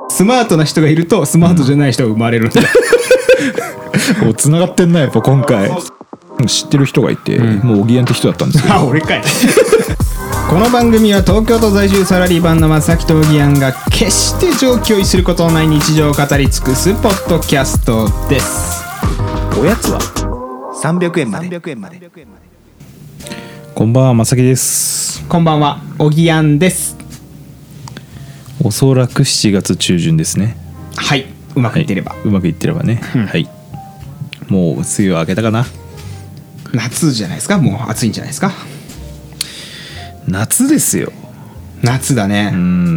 スマートな人がいるとスマートじゃない人が生まれるんだ、 おつながってんなやっぱ今回。知ってる人がいて、もうおぎやんって人だったんですけどあ、俺かいこの番組は東京都在住サラリーマンの正木とおぎやんが決して上気を逸することのない日常を語り尽くすポッドキャストです。 おやつは300円まで。 こんばんは、正木です。 こんばんは、おぎやんです。 おそらく7月中旬ですね。 はい、うまくいってれば、 はい、うまくいってればね、はい。もう梅雨は明けたかな。 夏じゃないですか。もう暑いんじゃないですか。 夏ですよ。 夏だね。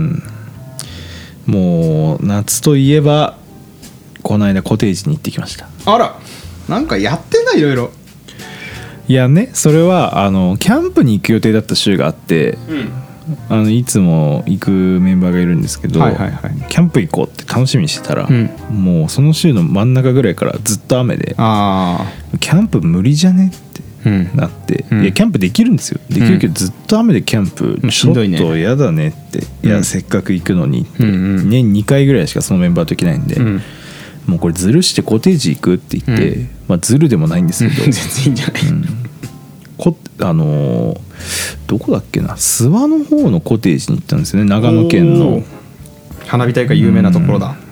もう夏といえばこの間コテージに行ってきました。 あら、なんかやってんな、いろいろ。 いやね、それはキャンプに行く予定だった週があって、いつも行くメンバーがいるんですけど、キャンプ行こうって楽しみにしてたら、もうその週の真ん中ぐらいからずっと雨で、キャンプ無理じゃねってなって、いやキャンプできるんですよ、できるけどずっと雨でキャンプちょっとやだねって、いやせっかく行くのにって、年2回ぐらいしかそのメンバーと行けないんで、もうこれずるしてコテージ行くって言って、ずるでもないんですけど、 全然いいんじゃない。 どこだっけな、諏訪の方のコテージに行ったんですよね。長野県の花火大会有名なところだ。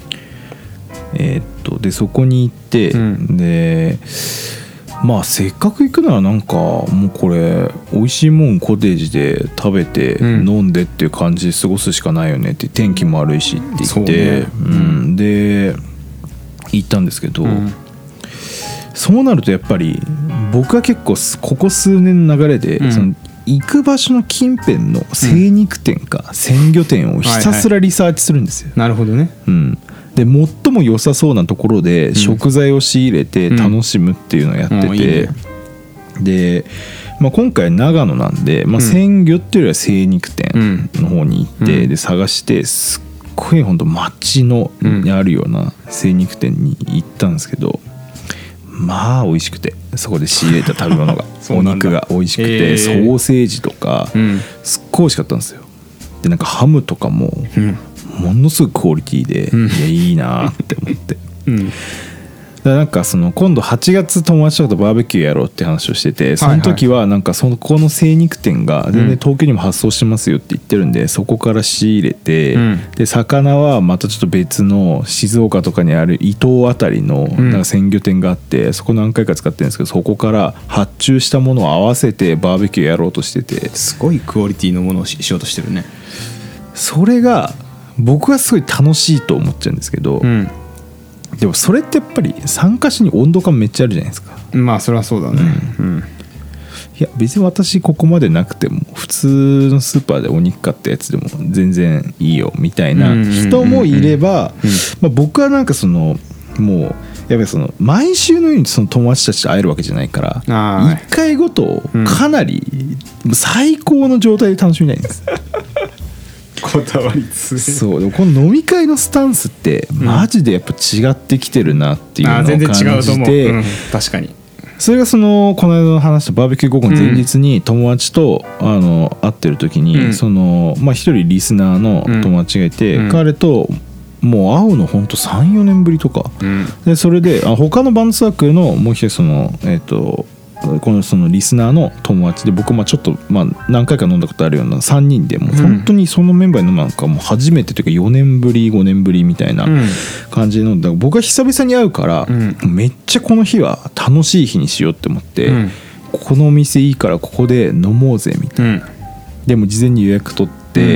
でそこに行って、でせっかく行くならなんかもうこれ美味しいもんコテージで食べて飲んでっていう感じで過ごすしかないよねって、天気も悪いしって言って、で行ったんですけど、そうなるとやっぱり僕は結構ここ数年の流れで、その行く場所の近辺の精肉店か鮮魚店をひたすらリサーチするんですよ。 なるほどね。 で最も良さそうなところで食材を仕入れて楽しむっていうのをやってて、で、今回長野なんで、鮮魚っていうよりは精肉店の方に行って、で探して、すっごい本当町のにあるような精肉店に行ったんですけど、美味しくて、そこで仕入れた食べ物がお肉が美味しくて、ソーセージとかすっごい美味しかったんですよ。でなんかハムとかもものすごいクオリティで、いやいいなって思って、だからなんか今度8月友達とかとバーベキューやろうって話をしてて、その時はなんかそこの精肉店が全然東京にも発送してますよって言ってるんで、そこから仕入れて、で魚はまたちょっと別の静岡とかにある伊東あたりのなんか鮮魚店があって、そこ何回か使ってるんですけど、そこから発注したものを合わせてバーベキューやろうとしてて、 すごいクオリティのものをしようとしてるね。 それが僕はすごい楽しいと思っちゃうんですけど、でもそれってやっぱり参加しに温度感めっちゃあるじゃないですか。 それはそうだね。 いや別に私ここまでなくても普通のスーパーでお肉買ったやつでも全然いいよみたいな人もいれば、僕はなんかもうやっぱり毎週のようにその友達たちと会えるわけじゃないから、1回ごとかなり最高の状態で楽しみたいんですこだわり強い。 そうでもこの飲み会のスタンスってマジでやっぱ違ってきてるなっていうのを感じて、 全然違うと思う。確かに。 それがこの間の話したバーベキュー午後の前日に友達と会ってる時に、一人リスナーの友達がいて、彼ともう会うのほんと 3,4 年ぶりとか、でそれで他のバンドサークルのもう一人このリスナーの友達で、僕ちょっと何回か飲んだことあるような3人で、もう本当にそのメンバーに飲むのかもう初めてというか4年ぶり5年ぶりみたいな感じで飲んだ。僕は久々に会うから、めっちゃこの日は楽しい日にしようって思って、このお店いいからここで飲もうぜみたいな、でも事前に予約取って、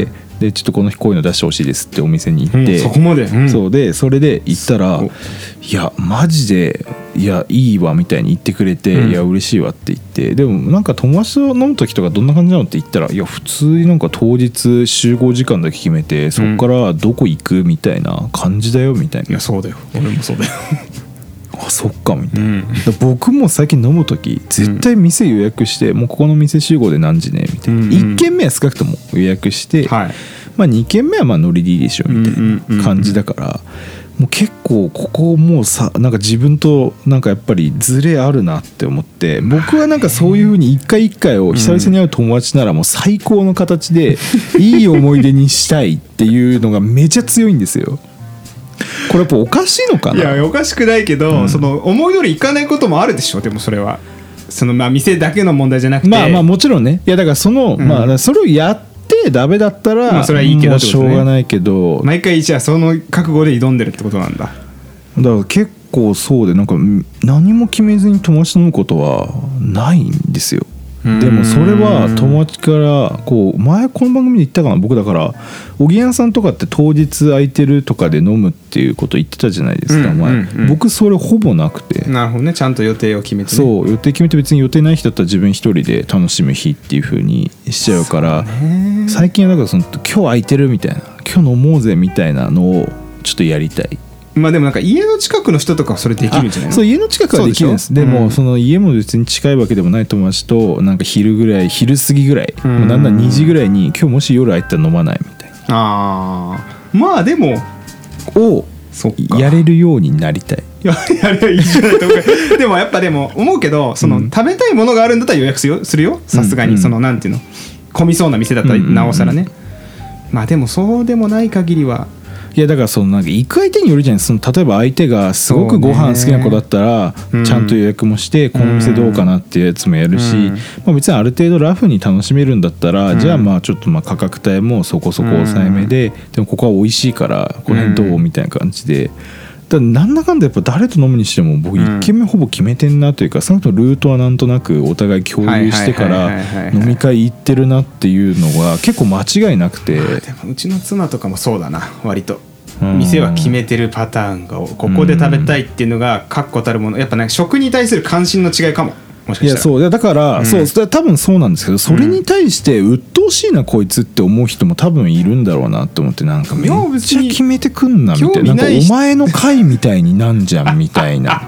でちょっとこの日こういうの出してほしいですってお店に行って、 そこまで、 そうでそれで行ったら、いやマジでいやいいわみたいに言ってくれて、いや嬉しいわって言って、でもなんか友達と飲む時とかどんな感じなのって言ったら、いや普通になんか当日集合時間だけ決めて、そこからどこ行くみたいな感じだよみたいな。 いやそうだよ、俺もそうだよあそっかみたいな、僕も最近飲む時絶対店予約して、もうここの店集合で何時ねみたいな、1軒目は少なくとも予約して、2軒目はノリでいいでしょみたいな感じだから、 もう結構ここもうさなんか自分となんかやっぱりズレあるなって思って、僕はなんかそういう風に一回一回を久々に会う友達ならもう最高の形でいい思い出にしたいっていうのがめちゃ強いんですよ。これやっぱおかしいのかな。 いやおかしくないけど、その思い通りいかないこともあるでしょ。でもそれはそのまあ店だけの問題じゃなくて、 まあもちろんね。いやだからその、まあそれをやってダメだったら、 まあそれはいいけどもうしょうがないけど、 毎回じゃあその覚悟で挑んでるってことなんだ。 だから結構そうでなんか何も決めずに友達と飲むことはないんですよ。でもそれは友達からこう前この番組で言ったかな、僕だからおぎやんさんとかって当日空いてるとかで飲むっていうこと言ってたじゃないですか、前。僕それほぼなくて。 なるほどね、ちゃんと予定を決めてね。 そう予定決めて別に予定ない日だったら自分一人で楽しむ日っていう風にしちゃうから、最近はだからその今日空いてるみたいな、今日飲もうぜみたいなのをちょっとやりたい。 まあでもなんか家の近くの人とかはそれできるんじゃないの。 そう家の近くはできるんです。でもその家も別に近いわけでもない友達となんか昼過ぎぐらい、もうだんだん2時ぐらいに今日もし夜空いたら飲まないみたいなまあでもをやれるようになりたい。 やればいいじゃないと思う。でもやっぱでも思うけど、その食べたいものがあるんだったら予約するよ、さすがに。そのなんていうの混みそうな店だったらなおさらね。まあでもそうでもない限りは。 いやだからそのなんか行く相手によるじゃないですか。例えば相手がすごくご飯好きな子だったらちゃんと予約もしてこの店どうかなっていうやつもやるし、まあ別にある程度ラフに楽しめるんだったらじゃあまあちょっとまあ価格帯もそこそこ抑えめで、でもここは美味しいからこの辺どうみたいな感じで。だなんだかんだやっぱ誰と飲むにしても僕1軒目ほぼ決めてんなというか、その後ルートはなんとなくお互い共有してから飲み会行ってるなっていうのが結構間違いなくて。 でもうちの妻とかもそうだな、割と店は決めてるパターンがここで食べたいっていうのが確固たるもの。やっぱね食に対する関心の違いかも。もしかしたら。 いやそうだから、そう多分そうなんですけど、それに対して鬱陶しいなこいつって思う人も多分いるんだろうなって思って、なんかめっちゃ決めてくんなみたいな、なんかお前の会みたいになんじゃんみたいな。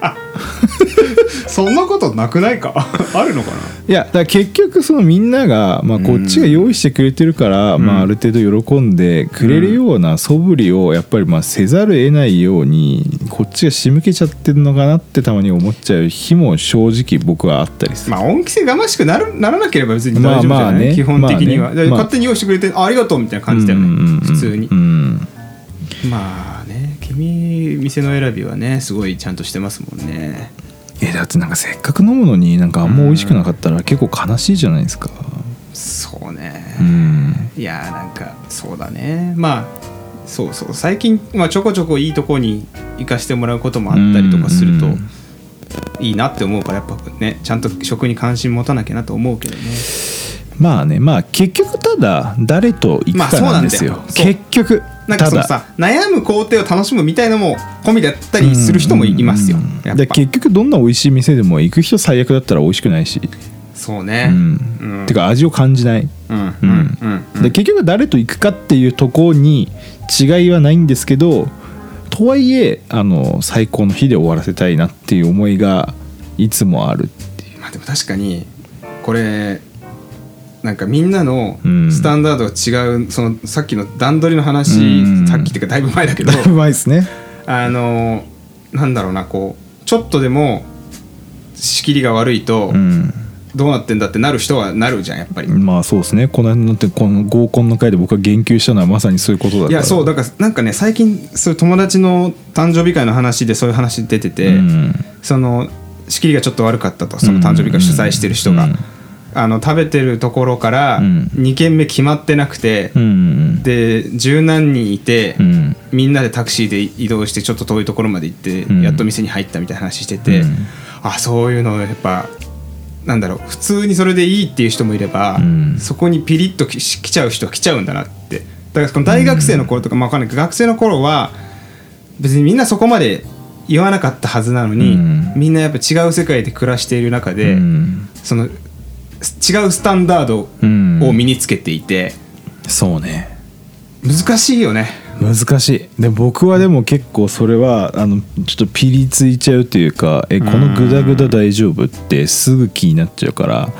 そんなことなくないか。あるのかな。 いやだから結局そのみんなが、まあ、こっちが用意してくれてるから、まあ、ある程度喜んでくれるような素振りをやっぱりまあせざるを得ないようにこっちが仕向けちゃってるのかなってたまに思っちゃう日も正直僕はあったりする。 まあ恩着せがましくならなければ別に大丈夫じゃない、まあまあね、基本的には、まあね、勝手に用意してくれて ありがとうみたいな感じだよね、普通に、まあね、君店の選びはねすごいちゃんとしてますもんね。 だってなんかせっかく飲むのになんかあんま美味しくなかったら結構悲しいじゃないですか。 そうね、いやなんかそうだね。まあそう最近、まあ、ちょこちょこいいとこに行かしてもらうこともあったりとかするといいなって思うから、やっぱねちゃんと食に関心持たなきゃなと思うけどね。 まあね、まあ結局ただ誰と行くかなんですよ、結局。 なんかそのさ悩む工程を楽しむみたいのも込みだったりする人もいますよ。やっぱ結局どんな美味しい店でも行く人最悪だったら美味しくないし。 そうね、 てか味を感じない。で結局誰と行くかっていうところに違いはないんですけど、とはいえ最高の日で終わらせたいなっていう思いがいつもあるっていう。 まあでも確かにこれなんかみんなのスタンダードが違う、そのさっきの段取りの話、さっきっていうかだいぶ前だけど、 だいぶ前ですね。 なんだろうな、こうちょっとでも仕切りが悪いと、どうなってんだってなる人はなるじゃんやっぱり。 まあそうですね。この辺のってこの合コンの会で僕が言及したのはまさにそういうことだから。 いやそうだからなんかね最近そういう友達の誕生日会の話でそういう話出てて、その仕切りがちょっと悪かったと、その誕生日会主催してる人が。食べてるところから2軒目決まってなくて、で十何人いて、みんなでタクシーで移動してちょっと遠いところまで行って、やっと店に入ったみたいな話してて、そういうのやっぱなんだろう、普通にそれでいいっていう人もいれば、そこにピリッと来ちゃう人は来ちゃうんだなって。だからこの大学生の頃とか、まあ分かんないけど学生の頃は別にみんなそこまで言わなかったはずなのに、みんなやっぱ違う世界で暮らしている中で、その違うスタンダードを身につけていて、 そうね、 難しいよね。 難しい。で僕はでも結構それはちょっとピリついちゃうというか、このグダグダ大丈夫ってすぐ気になっちゃうから、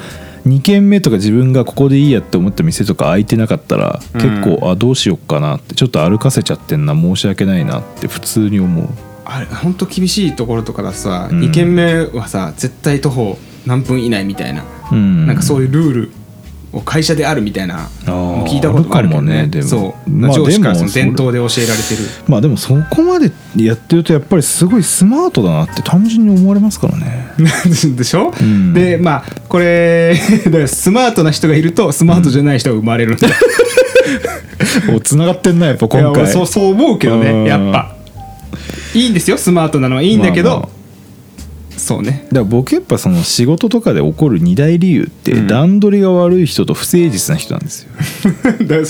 2軒目とか自分がここでいいやって思った店とか空いてなかったら結構、どうしようかなってちょっと歩かせちゃってんな、申し訳ないなって普通に思う。 あれ本当厳しいところとかだとさ、2軒目はさ絶対徒歩何分以内みたいな、なんかそういうルールを会社であるみたいな聞いたことあるけどね。そう、上司からその伝統で教えられてる。 まあでもそこまでやってるとやっぱりすごいスマートだなって単純に思われますからねでしょ、でまあこれだからスマートな人がいるとスマートじゃない人が生まれるんだおつながってんなやっぱ今回。 そう思うけどね、やっぱいいんですよ、スマートなのはいいんだけど、そうね。 だから僕やっぱその仕事とかで起こる2大理由って段取りが悪い人と不誠実な人なんですよだから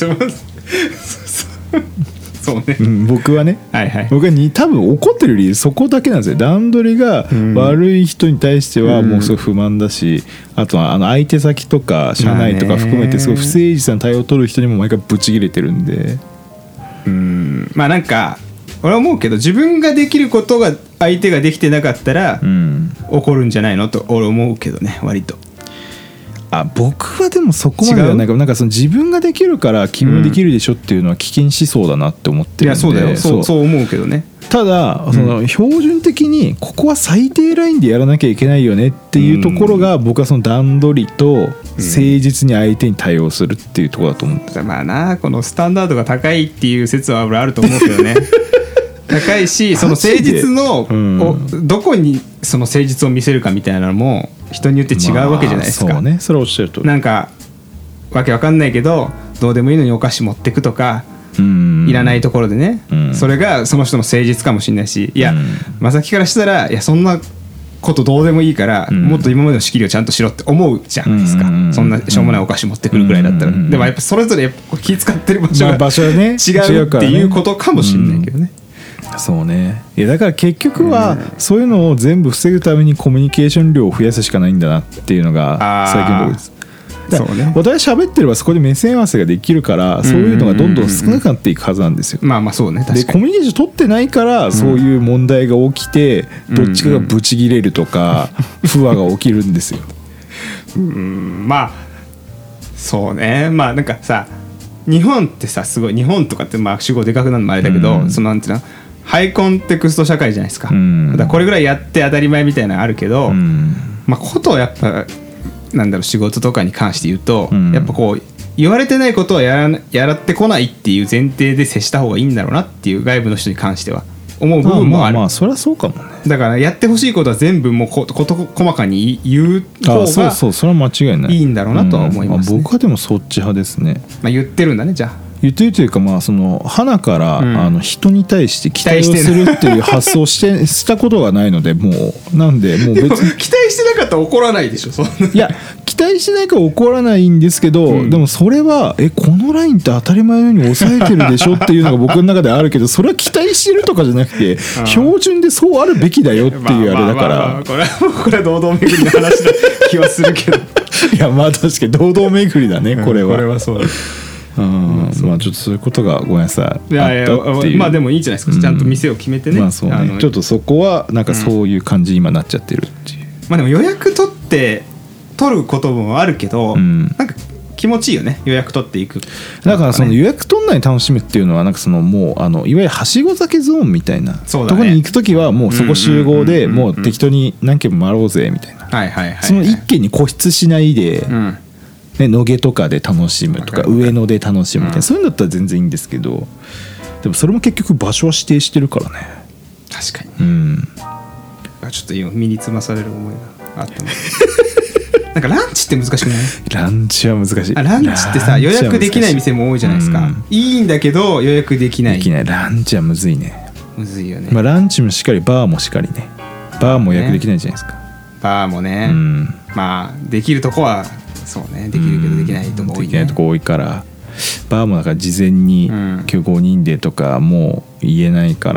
そうね、 僕はね、 はいはい、 僕は多分怒ってる理由そこだけなんですよ。段取りが悪い人に対してはもうすごい不満だし、あとは相手先とか社内とか含めてすごい不誠実な対応を取る人にも毎回ブチ切れてるんで、 まあなんか俺は思うけど、自分ができることが相手ができてなかったら怒るんじゃないのと俺思うけどね、割と。 僕はでもそこまではないか、なんかその自分ができるから君もできるでしょっていうのは危険思想だなって思ってるんで。 いやそうだよ、そう思うけどね。 ただその標準的にここは最低ラインでやらなきゃいけないよねっていうところが、僕はその段取りと誠実に相手に対応するっていうところだと思う。 まあな、このスタンダードが高いっていう説は俺あると思うけどね高いし、その誠実の、どこにその誠実を見せるかみたいなのも人によって違うわけじゃないですか。 そうね、それはおっしゃると。 なんかわけわかんないけどどうでもいいのにお菓子持ってくとか、いらないところでね、それがその人の誠実かもしれないし、いや正木からしたらいやそんなことどうでもいいから、もっと今までの仕切りをちゃんとしろって思うじゃないですか、そんなしょうもないお菓子持ってくるくらいだったら、でもやっぱそれぞれ気使ってる場所がね、 違うっていうことかもしれないけどね。 そうね。いやだから結局はそういうのを全部防ぐためにコミュニケーション量を増やすしかないんだなっていうのが最近のところです。そうね、お互い喋ってればそこで目線合わせができるから、そういうのがどんどん少なくなっていくはずなんですよ。 まあまあそうね、確かに。 でコミュニケーション取ってないからそういう問題が起きて、どっちかがブチギレるとか不和が起きるんですよ。 まあそうね。まあなんかさ、日本ってさ、すごい日本とかってまあ主語でかくなるのもあれだけど、そのなんていうの、ハイコンテクスト社会じゃないですか。だからこれぐらいやって当たり前みたいなのあるけど、まあことをやっぱなんだろう、仕事とかに関して言うと、やっぱこう言われてないことはやらってこないっていう前提で接した方がいいんだろうなっていう、外部の人に関しては思う部分もある。 まあそれはそうかもね。 だからやってほしいことは全部もう事細かに言う方がそれは間違いない、 いいんだろうなとは思いますね。 僕はでもそっち派ですね。 まあ言ってるんだね、じゃあ。 言ってるというか、まあその花から人に対して期待をするっていう発想をしたことがないので、もうなんでもう別に期待してなかったら怒らないでしょ、そんな。 いや期待してないから怒らないんですけど、でもそれはこのラインって当たり前のように抑えてるでしょっていうのが僕の中であるけど、それは期待してるとかじゃなくて標準でそうあるべきだよっていうあれだから、 これは堂々巡りの話だ気はするけどいやまあ確かに堂々巡りだね、これは。 これはそうだ。 まあちょっとそういうことがごめんなさい、あったっていう。 まあでもいいんじゃないですか、ちゃんと店を決めてね。 まあそうね、ちょっとそこはなんかそういう感じに今なっちゃってるっていう。 まあでも予約取ることもあるけど、なんか気持ちいいよね、予約取っていく。 だからその予約取んない楽しむっていうのはなんかそのもういわゆるはしご酒ゾーンみたいなところに行くときはもうそこ集合でもう適当に何軒も回ろうぜみたいな、その一軒に固執しないで、野毛とかで楽しむとか上野で楽しむみたいな、そういうのだったら全然いいんですけど、でもそれも結局場所は指定してるからね。 確かに、ちょっと今身につまされる思いがあったのなんかランチって難しくない？ ランチは難しい。 ランチってさ、予約できない店も多いじゃないですか、いいんだけど予約できない。 ランチはむずいね。 むずいよね。 まあランチもしっかりバーもしっかりね。バーも予約できないじゃないですか、 バーもね、まあできるとこはそうね、できるけどできないとこ多いね。 できないとこ多いから、バーもだから事前に今日5人でとかもう言えないから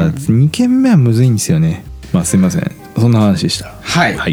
、2軒目はむずいんですよね。まあすいません、そんな話でした。 はい、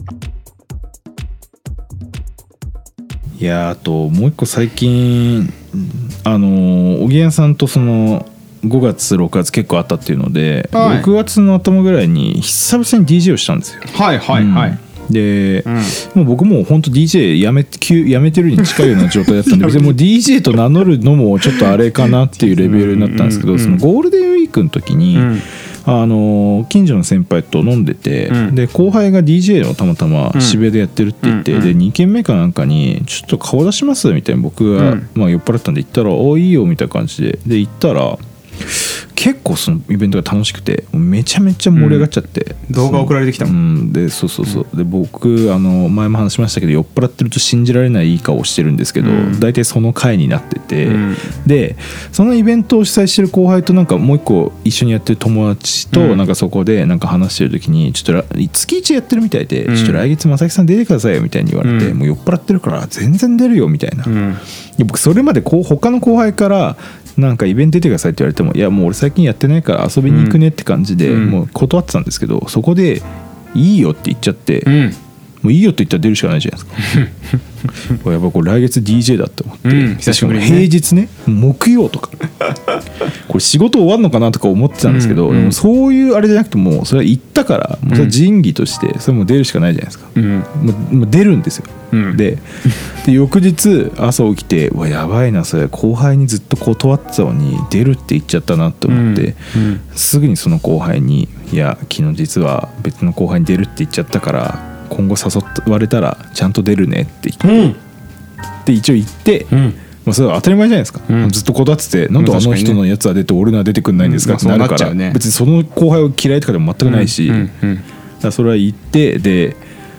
いや、あともう一個最近おぎやさんとその5月6月結構あったっていうので、6月の頭ぐらいに久々に DJ をしたんですよ。 で、もう僕も本当 DJ やめてるに近いような状態だったんで別にもう DJ と名乗るのもちょっとあれかなっていうレベルになったんですけど、そのゴールデンウィークの時に、近所の先輩と飲んでて、で後輩が DJ をたまたま渋谷でやってるって言って、で2軒目かなんかにちょっと顔出しますみたいな僕が、まあ、酔っ払ったんで行ったらおいいよみたいな感じで行ったら結構そのイベントが楽しくてめちゃめちゃ盛り上がっちゃって、 動画送られてきたもん、 でそうで僕前も話しましたけど酔っ払ってると信じられないいい顔をしてるんですけど、大体その回になってて、でそのイベントを主催してる後輩となんかもう一個一緒にやってる友達となんかそこでなんか話してる時にちょっと月1やってるみたいで、ちょっと来月正木さん出てくださいよみたいに言われて、もう酔っ払ってるから全然出るよみたいな、で僕それまで他の後輩からなんかイベント出てくださいって言われてもいやもう俺最近やってないから遊びに行くねって感じでもう断ってたんですけど、そこでいいよって言っちゃって、もういいよって言ったら出るしかないじゃないですかやっぱこれ来月 DJ だって思って、 久しぶりにね平日ね木曜とかこれ仕事終わるのかなとか思ってたんですけど、でもそういうあれじゃなくてもうそれは行ったからもうそれは仁義としてそれも出るしかないじゃないですか、もう出るんですよ、で翌日朝起きてうわやばいなそれ後輩にずっと断ってたのに出るって言っちゃったなって思って、すぐにその後輩にいや昨日実は別の後輩に出るって言っちゃったから今後誘われたらちゃんと出るねって言って、で一応言って、まあ、それは当たり前じゃないですか、ずっと断っててなんであの人のやつは出て俺のは出てくんないんですかってなるから、別にその後輩を嫌いとかでも全くないし、だからそれは言ってで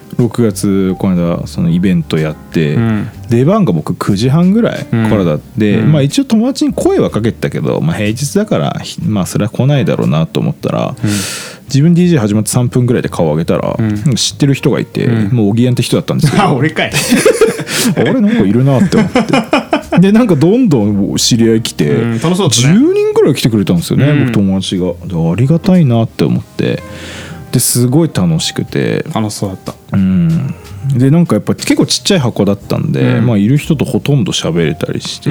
6月この間そのイベントやって、出番が僕9時半ぐらいからだって、まあ、一応友達に声はかけてたけど、まあ、平日だからまあそれは来ないだろうなと思ったら、自分 DJ 始まって3分ぐらいで顔を上げたら、知ってる人がいて、もうおぎやんって人だったんですけどあ俺かいあれなんかいるなって思ってでなんかどんどん知り合い来て、 楽しそうだったね、 10人ぐらい来てくれたんですよね、僕友達が。でありがたいなって思ってですごい楽しくて楽しそうだった、 でなんかやっぱ結構ちっちゃい箱だったんで、まあ、いる人とほとんど喋れたりして、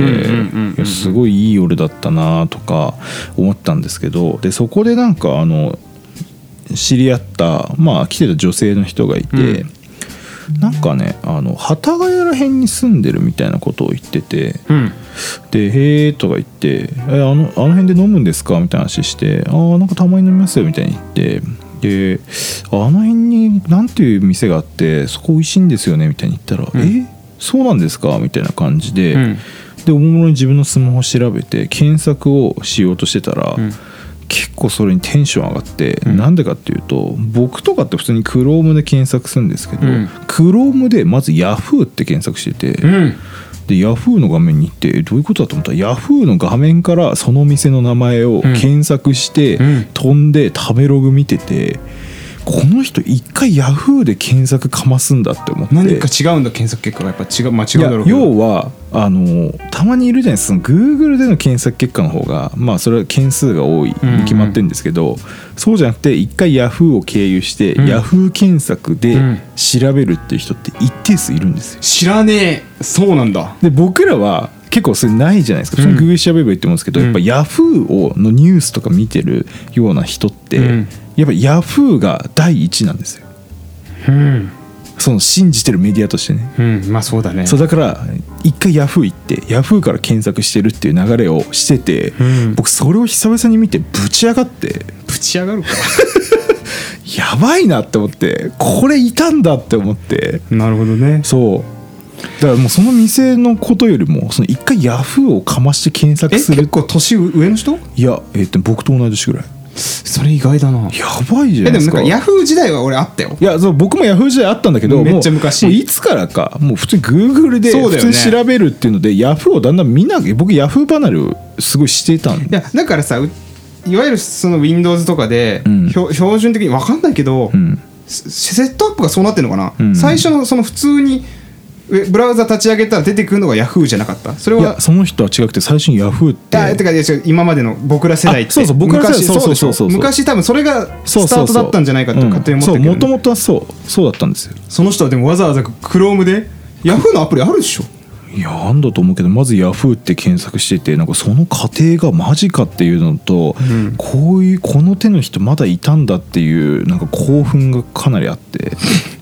すごいいい夜だったなとか思ったんですけど、でそこでなんか知り合った、まあ、来てた女性の人がいて、なんかね幡ヶ谷ら辺に住んでるみたいなことを言ってて、でへーとか言ってあの辺で飲むんですかみたいな話してなんかたまに飲みますよみたいに言って、であの辺になんていう店があってそこ美味しいんですよねみたいに言ったら、そうなんですかみたいな感じで、でおもむろに自分のスマホを調べて検索をしようとしてたら、結構それにテンション上がって、なんでかっていうと僕とかって普通に Chrome で検索するんですけど、Chrome でまず Yahoo って検索してて、で Yahoo の画面に行ってどういうことだと思ったら Yahoo の画面からその店の名前を検索して、飛んで食べログ見てて、この人一回 Yahoo で検索かますんだって思って、 何か違うんだ検索結果がやっぱ違う、間違うだろうけど、 要はたまにいるじゃないですか、その Google での検索結果の方がまあそれは件数が多いに決まってるんですけど、そうじゃなくて一回 Yahoo を経由して、Yahoo 検索で調べるっていう人って一定数いるんですよ。 知らねえ、そうなんだ。 で僕らは結構それないじゃないですか、その Google 調べればいいと思うんですけど、やっぱ Yahoo のニュースとか見てるような人って、やっぱ Yahoo が第一なんですよ、その信じてるメディアとしてね、 まあそうだね。 そうだから一回 Yahoo 行って Yahoo から検索してるっていう流れをしてて、僕それを久々に見てぶち上がって、 ぶち上がるかやばいなって思って、これいたんだって思って。 なるほどね。 そうだからもうその店のことよりもその一回ヤフーをかまして検索する。 結構年上の人？ いや、僕と同い年ぐらい。 それ意外だな。 やばいじゃないですか。 でもなんかヤフー時代は俺あったよ。 いやそう僕もヤフー時代あったんだけど、 めっちゃ昔。 もういつからかもう普通に Google で普通に調べるっていうので、ヤフーをだんだん見なきゃ、僕ヤフー離れをすごいしていたんで。 いやだからさ、いわゆるその Windows とかで、標準的に分かんないけど、セットアップがそうなってるのかな、最初のその普通にブラウザ立ち上げたら出てくるのが Yahoo じゃなかった？それは。いやその人は違くて、最初に Yahoo って。 てか今までの僕ら世代って。 そうそう僕ら世代、そう昔多分それがスタートだったんじゃないかって勝手に思ってるけど、 もともとはそうだったんですよ。 その人はでもわざわざ Chrome で Yahoo のアプリあるでしょ。 いやあんだと思うけど、まず Yahoo って検索してて、なんかその過程がマジかっていうのと、この手の人まだいたんだっていうなんか興奮がかなりあって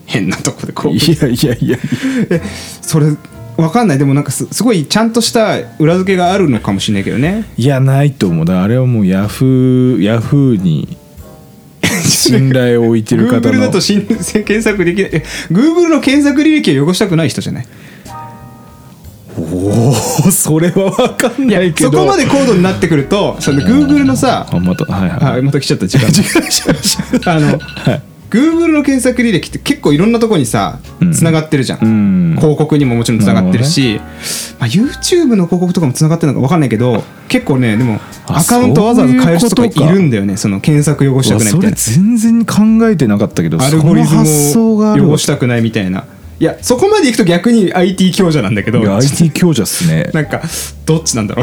変なとこでこういやいやいやそれわかんない。でもなんかすごいちゃんとした裏付けがあるのかもしれないけどね。 いやないと思う。だからあれはもうヤフーに信頼を置いてる方の Google だと検索できない。Google の検索履歴を汚したくない人じゃない？ おお、それは分かんないけど、 そこまで高度になってくると、その Google のさ、 またはいはい、 また来ちゃった時間はい、Google の検索履歴って結構いろんなところにさつながってるじゃん、広告にももちろんつながってるし、YouTube の広告とかもつながってるのか分かんないけど、結構ねでもアカウントわざわざ変える人とかいるんだよね。その検索汚したくないみたいな。 それ全然考えてなかったけど、 アルゴリズムを汚したくないみたいな。いやそこまでいくと逆に IT 強者なんだけど、 いや IT 強者っすね。 なんかどっちなんだろう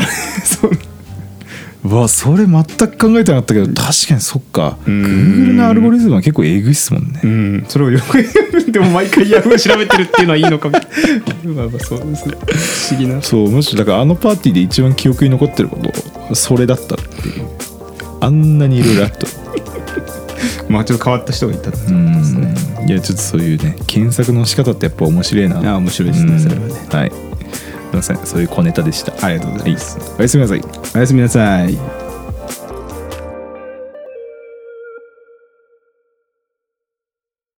それ全く考えてなかったけど、確かにそっか、Google のアルゴリズムは結構えぐいっすもんね。 それをよくでも毎回ヤフー調べてるっていうのはいいのかもそうですね、不思議な。 そうむしろだからパーティーで一番記憶に残ってることそれだったっていう。あんなにいろいろあったちょっと変わった人がいたら、 いやちょっとそういうね検索の仕方ってやっぱ面白いな。 面白いですね、それはね。 はい、すいません、そういう小ネタでした。 ありがとうございます、 おやすみなさい。 おやすみなさい。